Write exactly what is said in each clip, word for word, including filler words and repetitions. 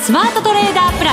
スマートトレーダープラス。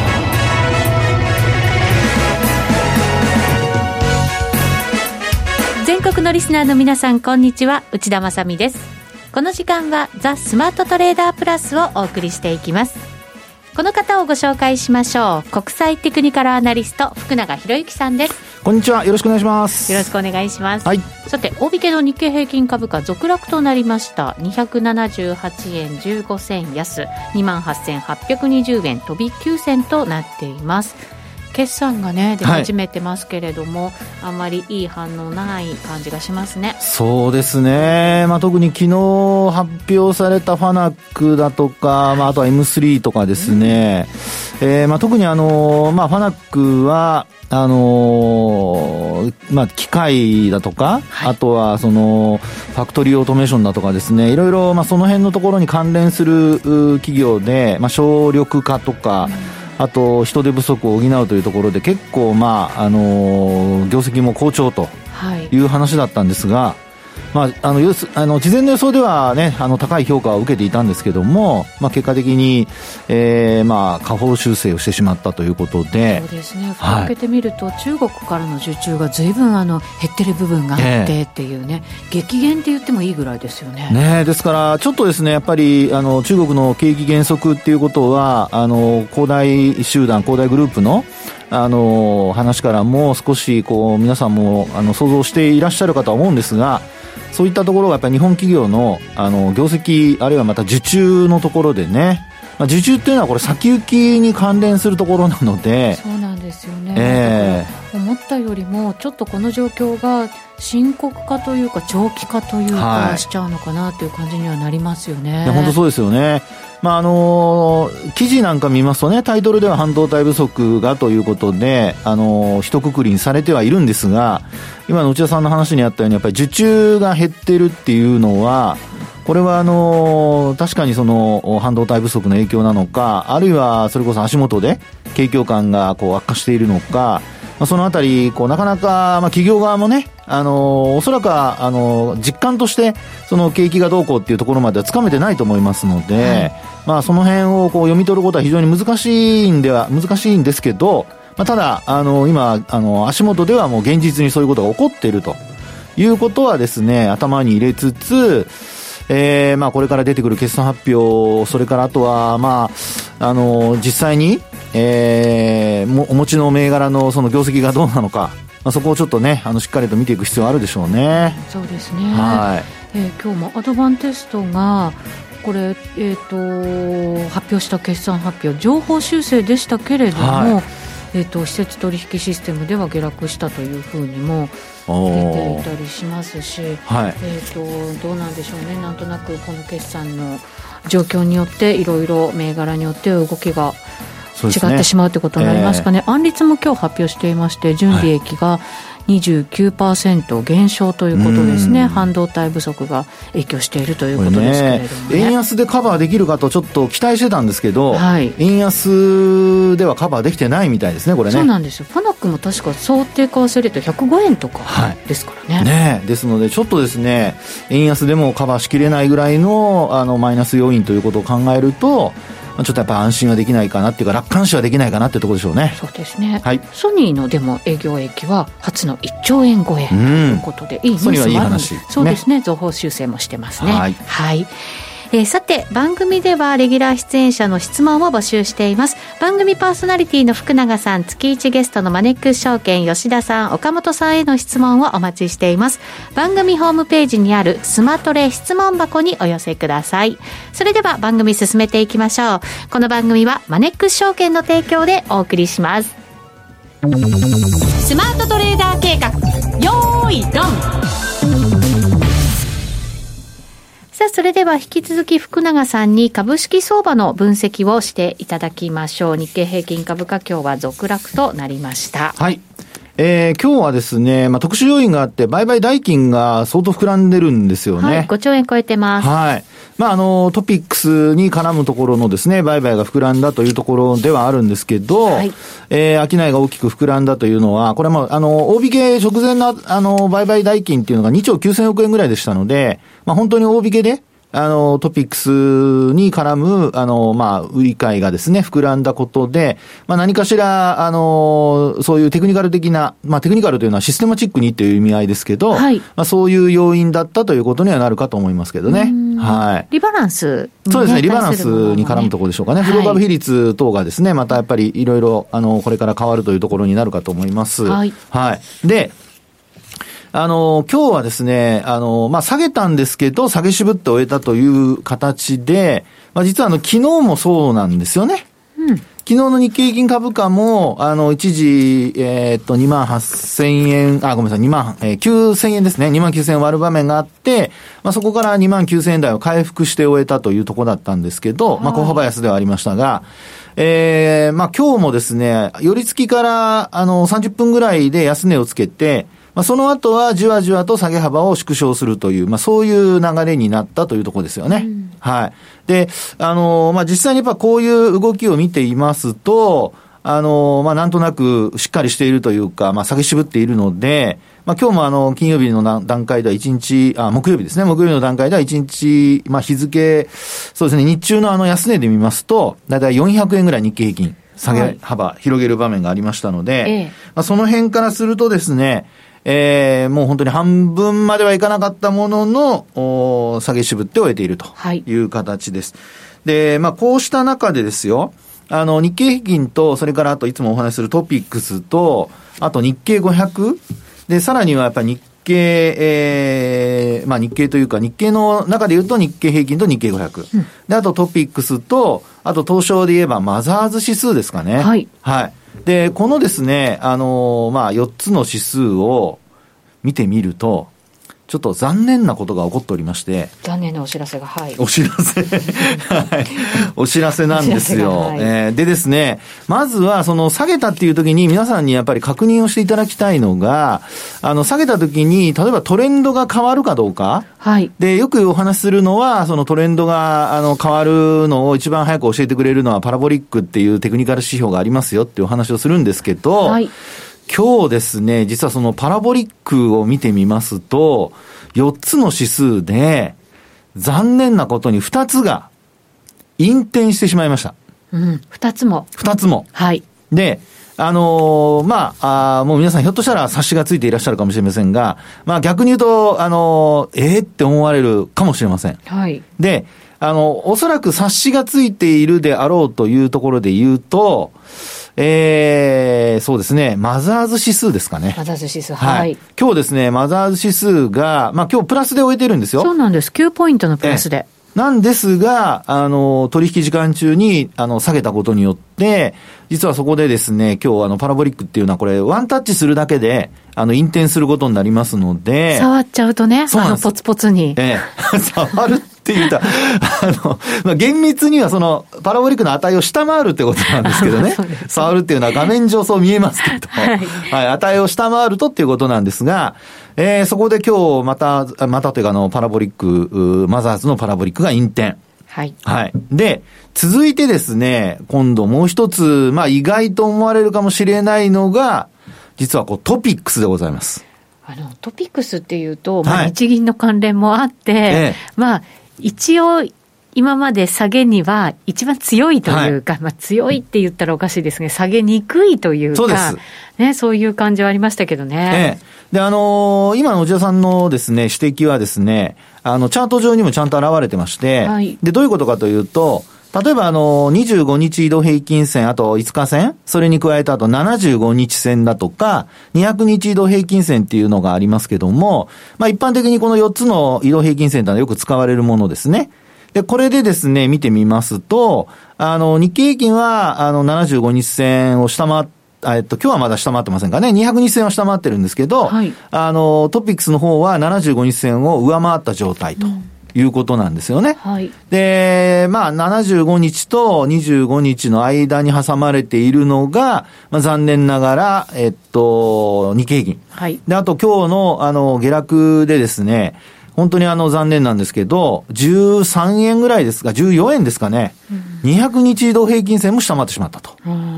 全国のリスナーの皆さん、こんにちは、内田まさみです。この時間はザ・スマートトレーダープラスをお送りしていきます。この方をご紹介しましょう。国際テクニカルアナリスト、福永博之さんです。 こんにちは、よろしくお願いします。 よろしくお願いします、 はい、 さて、大引けの日経平均株価続落となりました。にひゃくななじゅうはちえんじゅうごせん安、 にまんはっせんはっぴゃくにじゅうえん飛びきゅうせんとなっています。決算がね出始めてますけれども、はい、あんまりいい反応ない感じがしますね。 そうですね、まあ、特に昨日発表されたファナックだとか、まあ、あとは エムスリー とかですね、うんえーまあ、特にあの、まあ、ファナックはあのーまあ、機械だとか、はい、あとはそのファクトリーオートメーションだとかですね、いろいろまあその辺のところに関連する企業で、まあ、省力化とか、うんあと人手不足を補うというところで結構、まああのー、業績も好調という話だったんですが、まあ、あのあの事前の予想では、ね、あの高い評価を受けていたんですけども、まあ、結果的に、えーまあ、下方修正をしてしまったということで、 そうですね、蓋を開けてみると、はい、中国からの受注が随分あの減ってる部分があってっていうね、えー、激減って言ってもいいぐらいですよね。 ね、ですからちょっとですね、やっぱりあの中国の景気減速っていうことはあの恒大集団恒大グループのあの話からも少しこう皆さんもあの想像していらっしゃるかとは思うんですが、そういったところがやっぱり日本企業 の, あの業績あるいはまた受注のところでね、まあ、受注っていうのはこれ先行きに関連するところなので、 そうなんですよね、 えー、思ったよりもちょっとこの状況が深刻化というか長期化というか、はい、しちゃうのかなという感じにはなりますよね。 いや本当そうですよね。まああのー、記事なんか見ますとね、タイトルでは半導体不足がということで、あのー、一括りにされてはいるんですが、今の内田さんの話にあったようにやっぱり受注が減ってるっていうのは、これはあのー、確かにその半導体不足の影響なのか、あるいはそれこそ足元で景況感がこう悪化しているのか、まあ、そのあたりこうなかなか、まあ、企業側もね、あのー、おそらくはあのー、実感としてその景気がどうこうっていうところまではつかめてないと思いますので、はい、まあ、その辺をこう読み取ることは非常に難しいんでは難しいんですけど、まあ、ただあのー、今あの足元ではもう現実にそういうことが起こっているということはですね、頭に入れつつ、えーまあ、これから出てくる決算発表、それからあとは、まあ、あの実際に、えー、もお持ちの銘柄のその業績がどうなのか、まあ、そこをちょっとね、あのしっかりと見ていく必要あるでしょうね。 そうですね、 はいえー、今日もアドバンテストがこれ、えー、と発表した決算発表情報修正でしたけれども、はいえー、と施設取引システムでは下落したというふうにも出ていたりしますし、 はいえー、とどうなんでしょうね。なんとなくこの決算の状況によっていろいろ銘柄によって動きが違ってしまうということになりますかね。えー、安立も今日発表していまして、純利益がにじゅうきゅうパーセント 減少ということですね。半導体不足が影響しているということですけれども、ね、 円安でカバーできるかとちょっと期待してたんですけど、 はい、 円安ではカバーできてないみたいですね、これね。 そうなんですよ。ファナックも確か想定為替レートひゃくごえんとかですからね。 はい、ねですのでちょっとですね、円安でもカバーしきれないぐらい の, あのマイナス要因ということを考えると、ちょっとやっぱ安心はできないかなっていうか、楽観視はできないかなってところでしょうね。 そうですね、 はい、 ソニーのでも営業益は初のいっちょうえん超えということで、うん、いいニュースもあるので、ソニーはいい話、ね、そうですね、増法修正もしてますね。はい、はいえー、さて番組ではレギュラー出演者の質問を募集しています。番組パーソナリティの福永さん、月いちゲストのマネックス証券吉田さん、岡本さんへの質問をお待ちしています。番組ホームページにあるスマトレ質問箱にお寄せください。それでは番組進めていきましょう。この番組はマネックス証券の提供でお送りします。スマートトレーダー計画、よーいドン。さあ、それでは引き続き福永さんに株式相場の分析をしていただきましょう。日経平均株価今日は続落となりました。 はい、えー、今日はですね、まあ、特殊要因があって売買代金が相当膨らんでるんですよね。 はい、ごちょうえん超えてます。 はい。まあ、あの、トピックスに絡むところのですね、売買が膨らんだというところではあるんですけど、はい、えー、商いが大きく膨らんだというのは、これも、あの、大引け直前の、あの、売買代金っていうのがにちょうきゅうせんおくえんぐらいでしたので、まあ、本当に大引けで、 あの、トピックスに絡む、あの、まあ、売り買いがですね、膨らんだことで、まあ、何かしら、あの、そういうテクニカル的な、まあ、テクニカルというのはシステマチックにという意味合いですけど、はい、まあ、そういう要因だったということにはなるかと思いますけどね。はい。 リバランス、 ね、そうですね、リバランスに絡むところでしょうかね。不動株比率等がですね、またやっぱりいろいろ、あの、これから変わるというところになるかと思います。はい。はい。で、あの、今日はですね、あの、まあ、下げたんですけど、下げ渋って終えたという形で、まあ、実はあの、昨日もそうなんですよね。うん。昨日の日経平均株価も、あの、一時、えー、っと、にまんはっせんえん、あ、ごめんなさい、にまん、えー、きゅうせんえんですね。にまんきゅうせんえん割る場面があって、まあ、そこからにまんきゅうせんえん台を回復して終えたというところだったんですけど、はい、まあ、小幅安ではありましたが、えー、まあ、今日もですね、寄り付きから、あの、さんじゅっぷんぐらいで安値をつけて、まあ、その後はじわじわと下げ幅を縮小するという、まあ、そういう流れになったというところですよね。うん、はい。で、あの、まあ、実際にやっぱこういう動きを見ていますと、あの、まあ、なんとなくしっかりしているというか、まあ、下げ渋っているので、まあ、今日もあの、金曜日の段階ではいちにち、あ、木曜日ですね、木曜日の段階ではいちにち、まあ、日付、そうですね、日中のあの安値で見ますと、だいたいよんひゃくえんぐらい日経平均、下げ幅、広げる場面がありましたので、ええ、まあ、その辺からするとですね、えー、もう本当に半分まではいかなかったものの、下げ渋って終えているという形です。はい、で、まあ、こうした中でですよ、あの、日経平均と、それからあといつもお話しするトピックスと、あと日経ごひゃくで、さらにはやっぱり日経、えー、まあ日経というか日経の中で言うと日経平均と日経ごひゃく。うん、で、あとトピックスと、あと東証で言えばマザーズ指数ですかね。はい。はい。で、このですね、あのー、まあ、よっつの指数を見てみると、ちょっと残念なことが起こっておりまして。 残念なお知らせが、はい。 お知らせ。はい。お知らせなんですよ。はい、えー、でですね、まずは、その、下げたっていう時に皆さんにやっぱり確認をしていただきたいのが、あの、下げた時に、例えばトレンドが変わるかどうか。はい。で、よくお話しするのは、そのトレンドが、あの、変わるのを一番早く教えてくれるのは、パラボリックっていうテクニカル指標がありますよっていうお話をするんですけど、はい。今日ですね、実はそのパラボリックを見てみますと、よっつの指数で、残念なことにふたつが、引転してしまいました。 うん、ふたつも。 ふたつも。 はい。 で、あのー、まあ、あもう皆さんひょっとしたら察しがついていらっしゃるかもしれませんが、まあ逆に言うと、あのー、えー、って思われるかもしれません。はい。で、あの、おそらく察しがついているであろうというところで言うと、えー、そうですね、マザーズ指数ですかね。 マザーズ指数、はい。はい、 今日ですね、マザーズ指数が、まあ今日プラスで終えてるんですよ。 そうなんです。きゅうポイントのプラスで。 なんですが、あの、取引時間中に、あの、下げたことによって、実はそこでですね、今日あの、パラボリックっていうのはこれ、ワンタッチするだけで、あの、引転することになりますので。 触っちゃうとね、あの、ポツポツに。 ええ。触るって言ったら、あの、まあ、厳密にはその、パラボリックの値を下回るってことなんですけどね。触るっていうのは画面上そう見えますけど、はい、はい。値を下回るとっていうことなんですが、えー、そこで今日また、またというかあの、パラボリック、マザーズのパラボリックが引転。はい。はい。で、続いてですね、今度もう一つ、まあ意外と思われるかもしれないのが、実はこうトピックスでございます。 あの、トピックスっていうと、まあ日銀の関連もあって、はい、ええ、まあ一応、今まで下げには一番強いというか、はい、まあ強いって言ったらおかしいですね。下げにくいというか、そうです。ね、そういう感じはありましたけどね。ええ。 で、あのー、今の内田さんのですね、指摘はですね、あの、チャート上にもちゃんと現れてまして、はい、で、どういうことかというと、例えばあの、にじゅうごにち移動平均線、あといつか線、それに加えたあとななじゅうごにち線だとか、にひゃくにち移動平均線っていうのがありますけども、まあ一般的にこのよっつの移動平均線というのはよく使われるものですね。で、これでですね、見てみますと、あの、日経平均は、あの、ななじゅうごにち線を下回って、えっと、今日はまだ下回ってませんかね。にひゃくにち線は下回ってるんですけど、はい、あの、トピックスの方はななじゅうごにち線を上回った状態ということなんですよね。うん、はい、で、まあ、ななじゅうごにちとにじゅうごにちの間に挟まれているのが、まあ、残念ながら、えっと、日経平均。はい。で、あと今日の、あの、下落でですね、 本当にあの残念なんですけど、じゅうさんえんぐらいですが、じゅうよえんですかね。うん、にひゃくにち移動平均線も下回ってしまったと。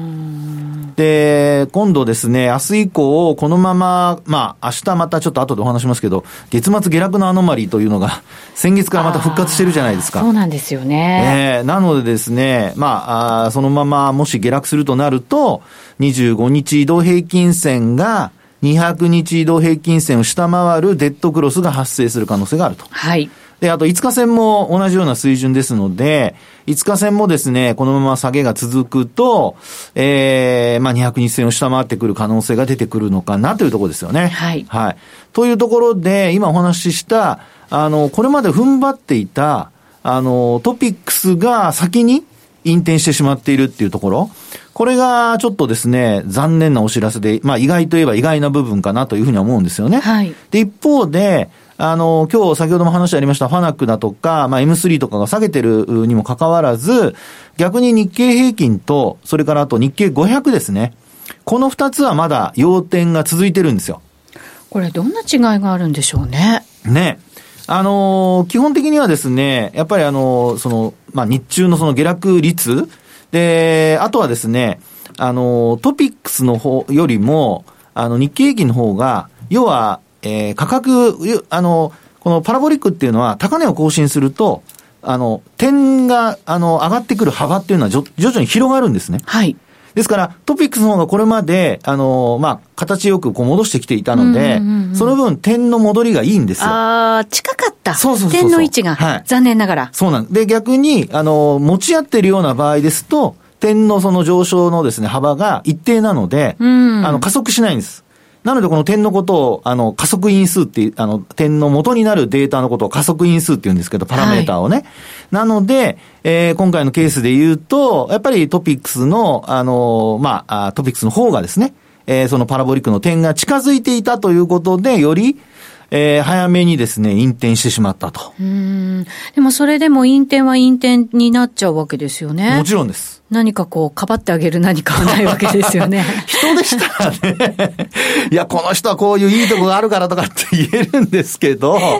で、今度ですね、明日以降、このまま、まあ、明日またちょっと後でお話しますけど、月末下落のアノマリーというのが、先月からまた復活してるじゃないですか。 そうなんですよね。 えー、なのでですね、まあ、あそのままもし下落するとなると、にじゅうごにち移動平均線が、にひゃくにち移動平均線を下回るデッドクロスが発生する可能性があると。 はい。 で、あといつか線も同じような水準ですので、いつか線もですね、このまま下げが続くと、えー、まあにひゃくにち線を下回ってくる可能性が出てくるのかなというところですよね。 はい。 はい。というところで、今お話しした、あの、これまで踏ん張っていた、あの、トピックスが先に引転してしまっているっていうところ、これがちょっとですね、残念なお知らせで、まあ意外といえば意外な部分かなというふうには思うんですよね。 はい。で、 一方で、あの、今日先ほども話ありましたファナックだとか、まあ エムスリー とかが下げてるにもかかわらず、逆に日経平均と、それからあと日経ごひゃくですね。この二つはまだ要点が続いてるんですよ。 これどんな違いがあるんでしょうね。 ね。あの、基本的にはですね、やっぱりあの、その、まあ日中のその下落率で、あとはですね、あの、トピックスの方よりも、あの、日経平均の方が、要は、えー、価格、あの、このパラボリックっていうのは高値を更新すると、あの、点が、あの、上がってくる幅っていうのは徐々に広がるんですね。 はい。 ですから、トピックスの方がこれまで、あの、まあ、形よくこう戻してきていたので、うんうんうん、その分点の戻りがいいんですよ。 ああ、近かった。 そうそうそうそう。 点の位置が。はい。残念ながら。 そうなんで、逆に、あの、持ち合ってるような場合ですと、点のその上昇のですね、幅が一定なので、うん、あの、加速しないんです。なのでこの点のことを、あの、加速因数っていう、あの、点の元になるデータのことを加速因数って言うんですけど、パラメーターをね。はい、なので、えー、今回のケースで言うと、やっぱりトピックスの、あの、まあ、トピックスの方がですね、えー、そのパラボリックの点が近づいていたということで、より、えー、早めにですね、引転してしまったと。 うーん。でもそれでも引転は引転になっちゃうわけですよね。 もちろんです。 何かこう、かばってあげる何かはないわけですよね。 人でしたらね、いや、この人はこういういいとこがあるからとかって言えるんですけど、はい、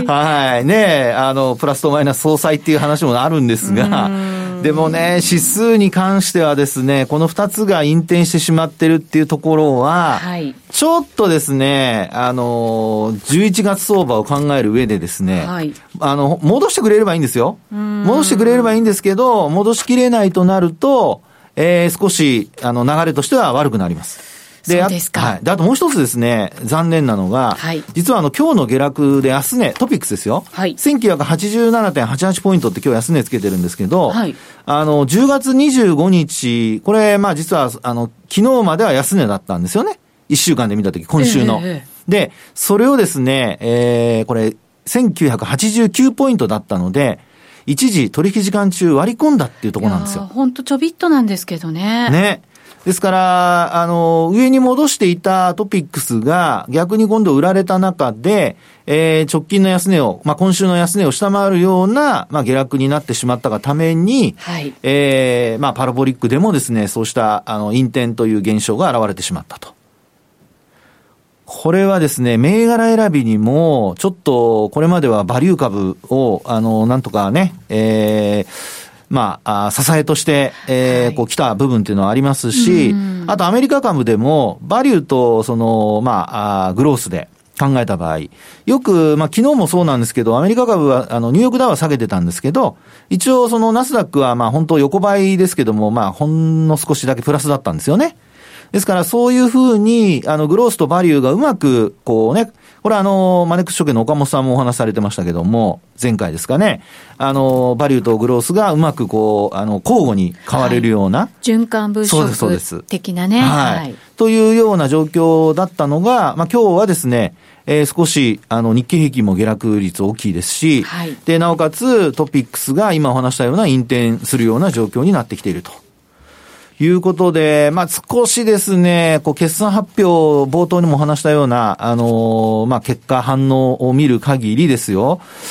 はい、ね、あの、プラスとマイナス相殺っていう話もあるんですが、でもね、指数に関してはですね、この二つが引転してしまってるっていうところは、はい、ちょっとですね、あの、じゅういちがつ相場を考える上でですね、はい、あの、戻してくれればいいんですよ。戻してくれればいいんですけど、戻しきれないとなると、えー、少し、あの、流れとしては悪くなります。 で、そうですか。 はい。で、あともう一つですね、残念なのが、はい、実はあの、今日の下落で安値、トピックスですよ。はい。せんきゅうひゃくはちじゅうななてんはちはち ポイントって今日安値つけてるんですけど、はい。あの、じゅうがつにじゅうごにち、これ、まあ実は、あの、昨日までは安値だったんですよね。いっしゅうかんで見たとき、今週の。えー、で、それをですね、えー、これ、せんきゅうひゃくはちじゅうきゅうポイントだったので、一時取引時間中割り込んだっていうところなんですよ。 ほんとちょびっとなんですけどね。 ね。ですから、あの、上に戻していたトピックスが逆に今度売られた中で、えー、直近の安値を、まあ、今週の安値を下回るような、まあ、下落になってしまったがために、はい、えー、まあ、パラボリックでもですね、そうした、あの、引転という現象が現れてしまったと。これはですね、銘柄選びにも、ちょっと、これまではバリュー株を、あの、なんとかね、えー、まあ、支えとして、えー、はい、こう来た部分っていうのはありますし、あとアメリカ株でも、バリューと、その、まあ、グロースで考えた場合、よく、まあ、昨日もそうなんですけど、アメリカ株は、あの、ニューヨークダウは下げてたんですけど、一応、そのナスダックは、まあ、本当横ばいですけども、まあ、ほんの少しだけプラスだったんですよね。ですから、そういうふうに、あの、グロースとバリューがうまく、こうね、これあの、マネックス証券の岡本さんもお話しされてましたけども、前回ですかね、あの、バリューとグロースがうまくこう、あの、交互に変われるような。はい、 循環物色的なね。 はい。はい、というような状況だったのが、まあ、今日はですね、えー、少し、あの、日経平均も下落率大きいですし、はい、で、なおかつ、トピックスが今お話したような引転するような状況になってきていると。いうことで、まあ、少しですね、こう、決算発表、冒頭にも話したような、あのー、まあ、結果反応を見る限りですよ。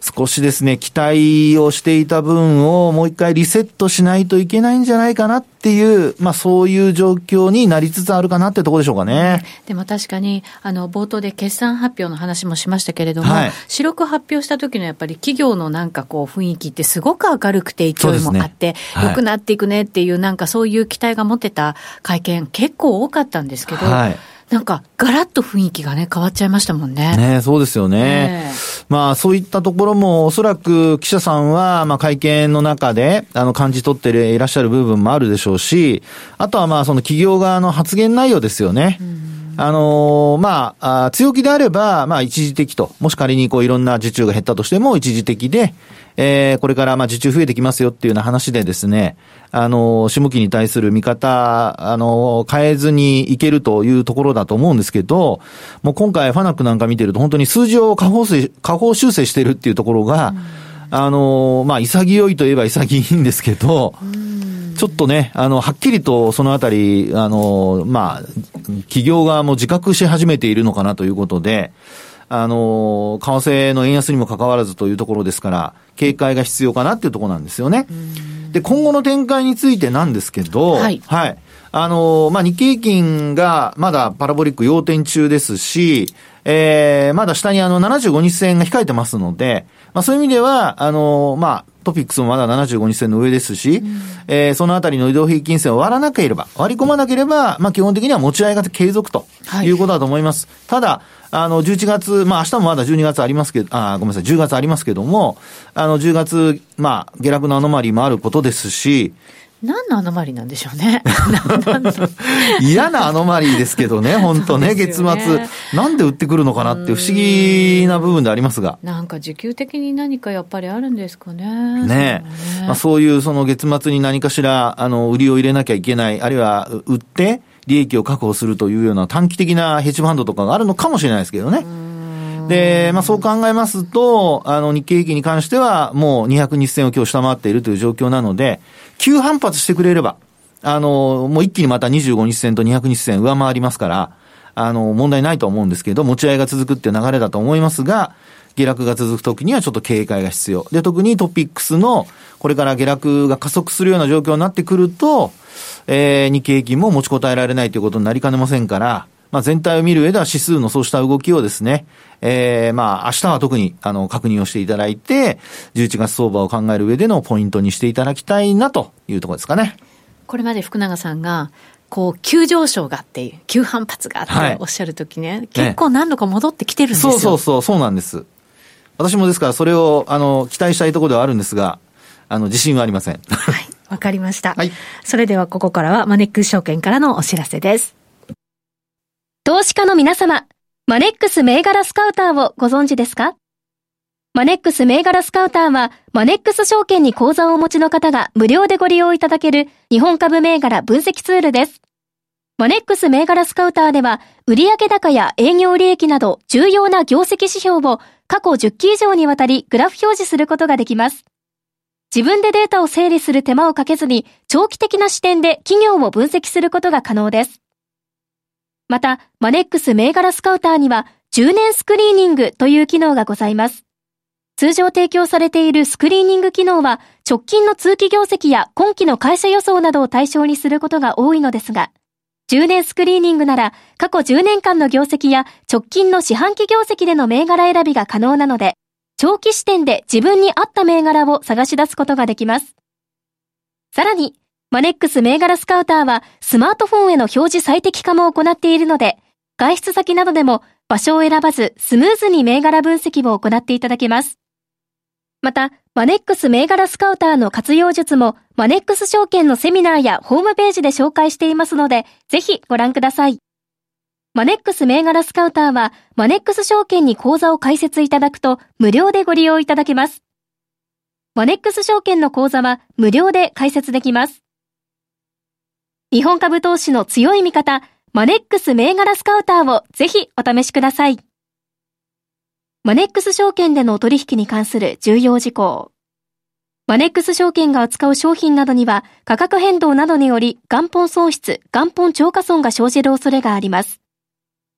少しですね、期待をしていた分をもう一回リセットしないといけないんじゃないかなっていう、まあそういう状況になりつつあるかなってところでしょうかね。 でも確かに、あの、冒頭で決算発表の話もしましたけれども、はい、白く発表した時のやっぱり企業のなんかこう雰囲気ってすごく明るくて勢いもあって、ねはい、良くなっていくねっていうなんかそういう期待が持てた会見結構多かったんですけど、はいなんか、ガラッと雰囲気がね、変わっちゃいましたもんね。 ねそうですよね。ねまあ、そういったところも、おそらく記者さんは、まあ、会見の中で、あの、感じ取っていらっしゃる部分もあるでしょうし、あとはまあ、その企業側の発言内容ですよね。あのー、まあ、強気であれば、まあ、一時的と。もし仮にこう、いろんな受注が減ったとしても、一時的で、えー、これからまあ、受注増えてきますよっていうような話でですね、あのー、下期に対する見方、あのー、変えずにいけるというところだと思うんですけど、もう今回ファナックなんか見てると、本当に数字を下方修正、下方修正してるっていうところが、あのー、まあ、潔いといえば潔いんですけど、ちょっとね、あの、はっきりとそのあたり、あの、まあ、企業側も自覚し始めているのかなということで、あの、為替の円安にも関わらずというところですから、警戒が必要かなっていうところなんですよね。で、今後の展開についてなんですけど、はい。はい。あの、まあ、日経平均がまだパラボリック要点中ですし、えー、まだ下にあのななじゅうごにち線が控えてますので、まあ、そういう意味では、あの、まあ、トピックスもまだななじゅうごにち線の上ですし、うん、えー、そのあたりの移動平均線を割らなければ、割り込まなければ、まあ、基本的には持ち合いが継続ということだと思います。はい、ただ、あの、じゅういちがつ、まあ、明日もまだじゅうにがつありますけど、あ、ごめんなさい、じゅうがつありますけども、あの、じゅうがつ、まあ、下落のアノマリーもあることですし、 何のアノマリーなんでしょうね。 嫌なアノマリーですけどね、本当ね、月末。なんで売ってくるのかなって不思議な部分でありますが。 なんか需給的に何かやっぱりあるんですかね。 ねえ。ねまあ、そういうその月末に何かしら、あの、売りを入れなきゃいけない、あるいは売って利益を確保するというような短期的なヘッジファンドとかがあるのかもしれないですけどね。で、まあそう考えますと、あの日経平均に関してはもうにひゃくにち線を今日下回っているという状況なので、急反発してくれれば、あの、もう一気にまたにじゅうごにち線とにひゃくにち線上回りますから、あの、問題ないと思うんですけど、持ち合いが続くっていう流れだと思いますが、下落が続くときにはちょっと警戒が必要。で、特にトピックスの、これから下落が加速するような状況になってくると、えー、日経平均も持ちこたえられないということになりかねませんから、まあ、全体を見る上では指数のそうした動きをですね、えー、まあ、明日は特に、あの、確認をしていただいて、じゅういちがつ相場を考える上でのポイントにしていただきたいなというところですかね。 これまで福永さんが、こう、急上昇があっていう、急反発があっておっしゃるときね、はい、結構何度か戻ってきてるんですよ。 そうそうそう、そうなんです。私もですから、それを、あの、期待したいところではあるんですが、あの、自信はありません。 はい、わかりました。はい。それではここからはマネックス証券からのお知らせです。 投資家の皆様、マネックス銘柄スカウターをご存知ですか？マネックス銘柄スカウターは、マネックス証券に口座をお持ちの方が無料でご利用いただける日本株銘柄分析ツールです。マネックス銘柄スカウターでは、売上高や営業利益など重要な業績指標を過去じゅっき以上にわたりグラフ表示することができます。自分でデータを整理する手間をかけずに、長期的な視点で企業を分析することが可能です。また、マネックス銘柄スカウターにはじゅうねんスクリーニングという機能がございます。通常提供されているスクリーニング機能は直近の通期業績や今期の会社予想などを対象にすることが多いのですが、じゅうねんスクリーニングなら過去じゅうねんかんの業績や直近の四半期業績での銘柄選びが可能なので、長期視点で自分に合った銘柄を探し出すことができます。さらに、マネックス銘柄スカウターはスマートフォンへの表示最適化も行っているので、外出先などでも場所を選ばずスムーズに銘柄分析を行っていただけます。また、マネックス銘柄スカウターの活用術もマネックス証券のセミナーやホームページで紹介していますので、ぜひご覧ください。マネックス銘柄スカウターはマネックス証券に口座を開設いただくと無料でご利用いただけます。マネックス証券の口座は無料で開設できます。日本株投資の強い味方、マネックス銘柄スカウターをぜひお試しください。マネックス証券での取引に関する重要事項。マネックス証券が扱う商品などには価格変動などにより元本損失、元本超過損が生じる恐れがあります。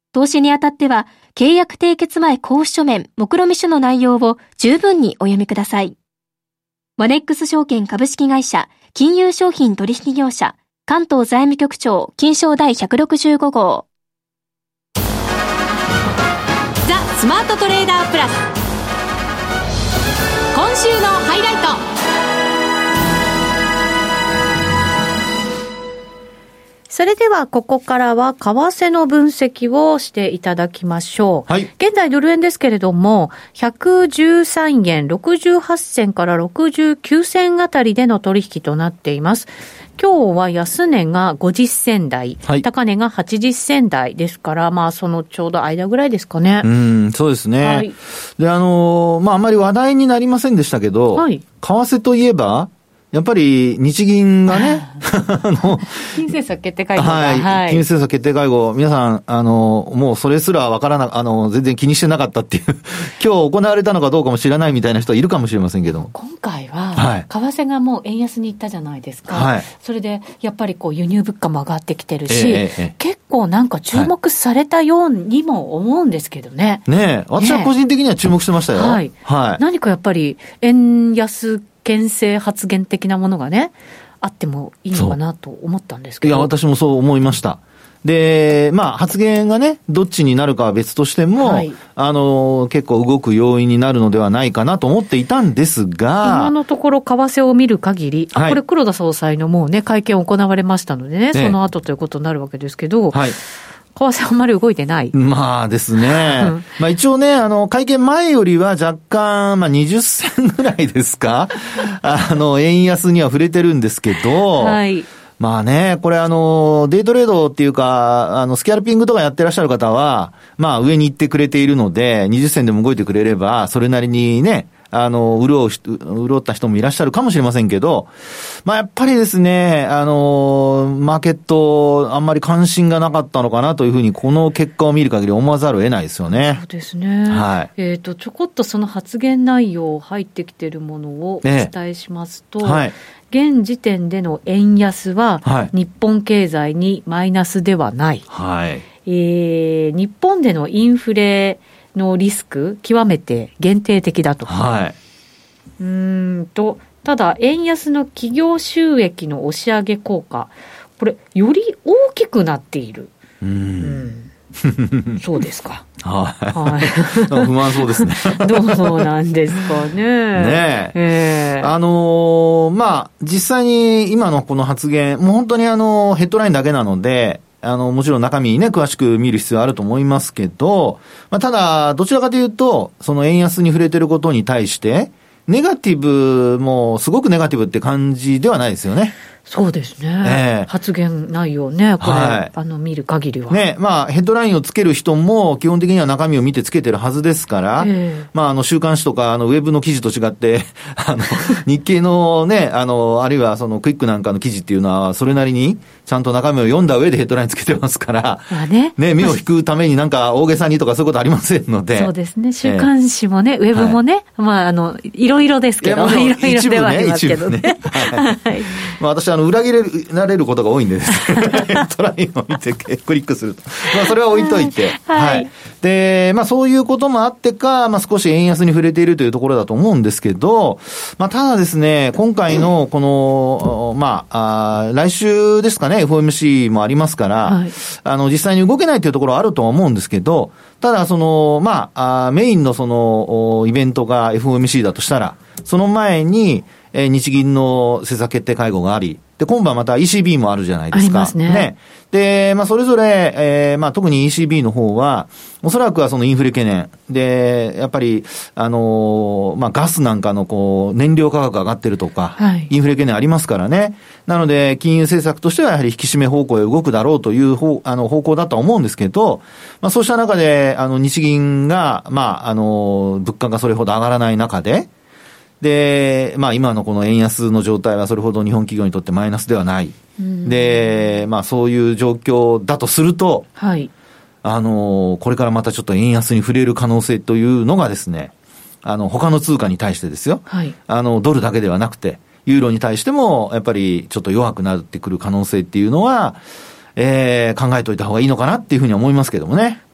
投資にあたっては、契約締結前交付書面、目論見書の内容を十分にお読みください。マネックス証券株式会社、金融商品取引業者、関東財務局長、金商第ひゃくろくじゅうご号。ザ・スマートトレーダープラス。今週のハイライト。 それではここからは為替の分析をしていただきましょう。はい、現在ドル円ですけれども、ひゃくじゅうさんえんろくじゅうはち銭からろくじゅうきゅう銭あたりでの取引となっています。今日は安値がごじゅっ銭台、はい、高値がはちじゅっ銭台ですから、まあそのちょうど間ぐらいですかね。 うん、そうですね。はい、で、あの、まああんまり話題になりませんでしたけど、はい、為替といえば、やっぱり日銀がね、 あの、金政策決定会合が、 はい、はい、金政策決定会合、皆さん、あの、もうそれすらわからな、あの、全然気にしてなかったっていう、今日行われたのかどうかも知らないみたいな人はいるかもしれませんけども。 今回は、はい、為替がもう円安に行ったじゃないですか。はい。それで、やっぱりこう、輸入物価も上がってきてるし、えええ、結構なんか注目されたようにも思うんですけどね。 はい、ねえ、私は個人的には注目してましたよ。ね、はい。 はい。何かやっぱり、円安、牽制発言的なものがねあってもいいのかなと思ったんですけど。 いや私もそう思いました。でまあ発言がねどっちになるかは別としても、はい、あの結構動く要因になるのではないかなと思っていたんですが、 今のところ為替を見る限り、はい、あこれ黒田総裁のもうね会見行われましたので ね, ねその後ということになるわけですけど、はい、為替あんまり動いてない。 まあですね。まあ一応ね、あの、会見前よりは若干、まあにじゅっ銭ぐらいですかあの、円安には触れてるんですけど、はい。まあね、これあの、デイトレードっていうか、あの、スキャルピングとかやってらっしゃる方は、まあ上に行ってくれているので、にじゅっ銭でも動いてくれれば、それなりにね、あの、潤う、潤った人もいらっしゃるかもしれませんけど、まあやっぱりですね、あの、マーケット、あんまり関心がなかったのかなというふうに、この結果を見る限り思わざるを得ないですよね。 そうですね。はい。えっと、ちょこっとその発言内容入ってきているものをお伝えしますと、ね、はい。現時点での円安は、はい、日本経済にマイナスではない。はい。えー、日本でのインフレのリスク極めて限定的だと。はい。うーんとただ円安の企業収益の押し上げ効果これより大きくなっている。うーん。うん、そうですか。はい。はい。 不満そうですね。 どうなんですかね。ねえ。えー、あのー、まあ実際に今のこの発言もう本当にあのヘッドラインだけなので。あの、もちろん中身にね、詳しく見る必要あると思いますけど、まあ、ただ、どちらかというと、その円安に触れてることに対して、ネガティブも、すごくネガティブって感じではないですよね。 そうですね。えー、発言内容ね、これ、はい、あの、見る限りは。 ね、まあ、ヘッドラインをつける人も、基本的には中身を見てつけてるはずですから、えー、まあ、あの、週刊誌とか、あの、ウェブの記事と違って、あの、日経のね、あの、あるいはその、クイックなんかの記事っていうのは、それなりに、ちゃんと中身を読んだ上でヘッドラインつけてますから、まあね、ね、目を引くためになんか大げさにとかそういうことありませんので。 そうですね。週刊誌もね、えー、ウェブもね、はい、まあ、あの、いろいろですけど、いろいろではありますけどね。ねはい。まあ、 私、あの、裏切れる、なれることが多いんでですヘッドラインを見てクリックすると。まあそれは置いといて。はい。はい、で、まあそういうこともあってか、まあ少し円安に触れているというところだと思うんですけど、まあただですね、今回のこの、まあ、あ来週ですかね、エフオーエムシー もありますから、はい、あの実際に動けないというところはあるとは思うんですけど、ただその、まあ、あメインのその、イベントが エフオーエムシー だとしたら、その前に、えー、日銀の政策決定会合があり、で、今晩また イーシービー もあるじゃないですか。ありますね。ね。で、まあ、それぞれ、えー、まあ、特に イーシービー の方は、おそらくはそのインフレ懸念。で、やっぱり、あのー、まあ、ガスなんかのこう、燃料価格上がってるとか、はい、インフレ懸念ありますからね。なので、金融政策としてはやはり引き締め方向へ動くだろうという方、あの、方向だとは思うんですけど、まあ、そうした中で、あの、日銀が、まあ、あの、物価がそれほど上がらない中で、で、まあ今のこの円安の状態はそれほど日本企業にとってマイナスではない。で、まあそういう状況だとすると、はい。あの、これからまたちょっと円安に触れる可能性というのがですね、あの、他の通貨に対してですよ。はい。あの、ドルだけではなくて、ユーロに対してもやっぱりちょっと弱くなってくる可能性っていうのは、えー、考えておいた方がいいのかなっていうふうに思いますけどもね。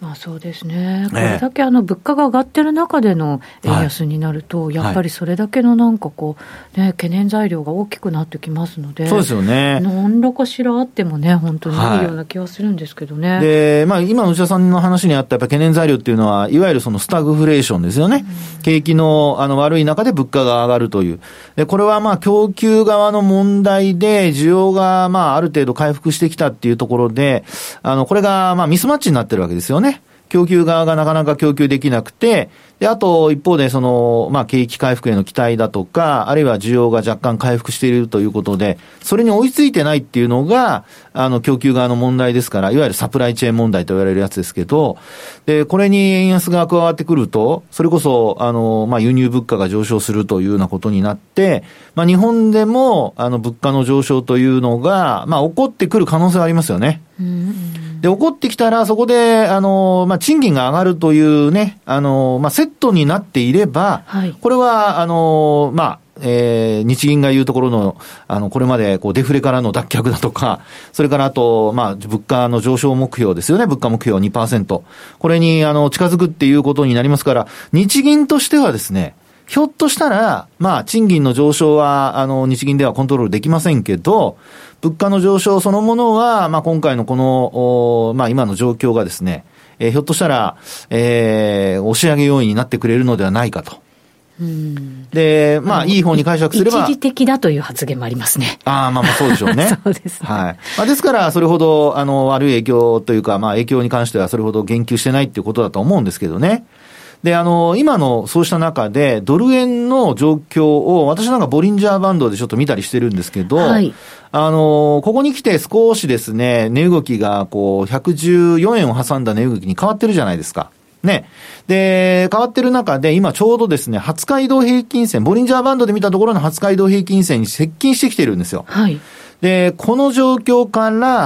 まあ、そうですね、これだけあの物価が上がってる中での円安になると、はい、やっぱりそれだけのなんかこう、ね、懸念材料が大きくなってきますので、 そうですよね、 何らかしらあってもね、本当にいいような気はするんですけどね。 はい、でまあ、今、内田さんの話にあったやっぱ懸念材料っていうのは、いわゆるそのスタグフレーションですよね、うん、景気の、あの悪い中で物価が上がるという、でこれはまあ供給側の問題で、需要がまあある程度回復してきたっていうところで、あのこれがまあミスマッチになってるわけですよね。供給側がなかなか供給できなくて、で、あと一方でその、まあ、景気回復への期待だとか、あるいは需要が若干回復しているということで、それに追いついてないっていうのが、あの、供給側の問題ですから、いわゆるサプライチェーン問題と言われるやつですけど、で、これに円安が加わってくると、それこそ、あの、まあ、輸入物価が上昇するというようなことになって、まあ、日本でも、あの、物価の上昇というのが、まあ、起こってくる可能性はありますよね。うんで、起こってきたら、そこで、あの、まあ、賃金が上がるというね、あの、まあ、セットになっていれば、はい、これは、あの、まあ、えー、日銀が言うところの、あの、これまで、こう、デフレからの脱却だとか、それからあと、まあ、物価の上昇目標ですよね、物価目標 にパーセント。これに、あの、近づくっていうことになりますから、日銀としてはですね、ひょっとしたら、まあ、賃金の上昇は、あの、日銀ではコントロールできませんけど、物価の上昇そのものは、まあ、今回のこの、まあ、今の状況がですね、えー、ひょっとしたら、えー、押し上げ要因になってくれるのではないかと。うんで、まあ、いい方に解釈すれば。 一時的だという発言もありますね。 ああ、まあまあそうでしょうね。 そうですね。 はい。まあ、ですから、それほど、あの、悪い影響というか、まあ、影響に関してはそれほど言及してないっていうことだと思うんですけどね。で、あの、今のそうした中で、ドル円の状況を、私なんかボリンジャーバンドでちょっと見たりしてるんですけど、はい、あの、ここに来て少しですね、値動きが、こう、ひゃくじゅうよえんを挟んだ値動きに変わってるじゃないですか。ね。で、変わってる中で、今ちょうどですね、はつか移動平均線、ボリンジャーバンドで見たところのはつか移動平均線に接近してきてるんですよ。はい。で、この状況から、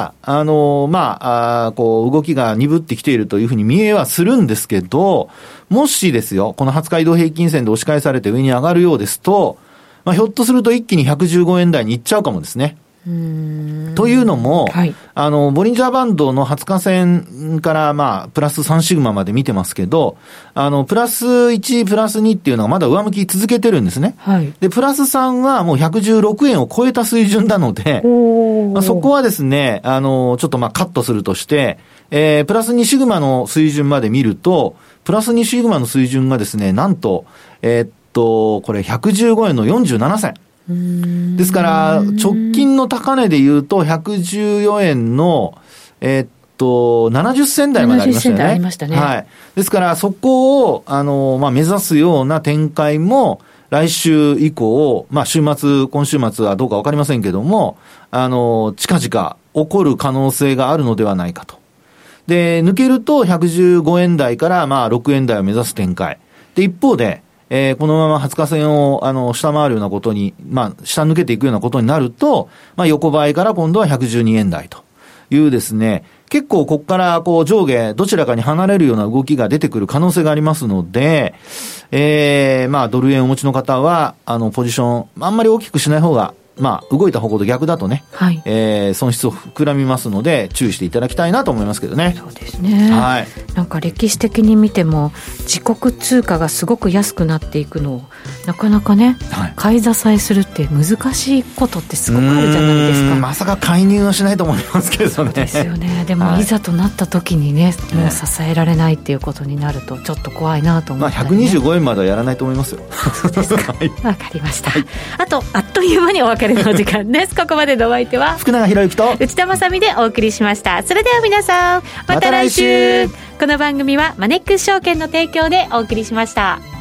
あの、まあ、あこう、動きが鈍ってきているというふうに見えはするんですけど、もしですよ、このはつか移動平均線で押し返されて上に上がるようですと、まあ、ひょっとすると一気にひゃくじゅうごえん台に行っちゃうかもですね。うーんというのも、はい、あの、ボリンジャーバンドのはつか線から、まあ、プラスさんシグマまで見てますけど、あの、プラスいち、プラスにっていうのがまだ上向き続けてるんですね。はい。で、プラスさんはもうひゃくじゅうろくえんを超えた水準なので、まあ、そこはですね、あの、ちょっとまあ、カットするとして、えー、プラスにシグマの水準まで見ると、プラスにシグマの水準がですね、なんと、えー、っと、これひゃくじゅうごえんのよんじゅうななせん。ですから、直近の高値で言うと、ひゃくじゅうよえんの、えー、っと、ななじゅっせん台までありましたよね。ななじゅっせん台ありましたね。はい。ですから、そこを、あの、まあ、目指すような展開も、来週以降、まあ、週末、今週末はどうかわかりませんけども、あの、近々起こる可能性があるのではないかと。で、抜けるとひゃくじゅうごえん台から、まあ、ろくえん台を目指す展開。で、一方で、えー、このままはつか線を、あの、下回るようなことに、まあ、下抜けていくようなことになると、まあ、横ばいから今度はひゃくじゅうにえん台というですね、結構ここからこう上下どちらかに離れるような動きが出てくる可能性がありますので、えー、まあ、ドル円をお持ちの方は、あの、ポジション、あんまり大きくしない方が、まあ、動いた方向と逆だとね、はい、えー、損失を膨らみますので注意していただきたいなと思いますけどね。 そうですね、はい、なんか歴史的に見ても自国通貨がすごく安くなっていくのをなかなかね、はい、買い支えするって難しいことってすごくあるじゃないですか。 まさか介入はしないと思いますけどね。 そうですよね。でもいざとなった時にね、はい、もう支えられないっていうことになるとちょっと怖いなと思って、ね、 まあ、ひゃくにじゅうごえんまではやらないと思いますよ。 そうですか、はい、分かりました、はい、あとあっという間にお別れの時間です。ここまでのお相手は福永博之と内田まさみでお送りしました。それでは皆さんまた来週、また来週。この番組はマネックス証券の提供でお送りしました。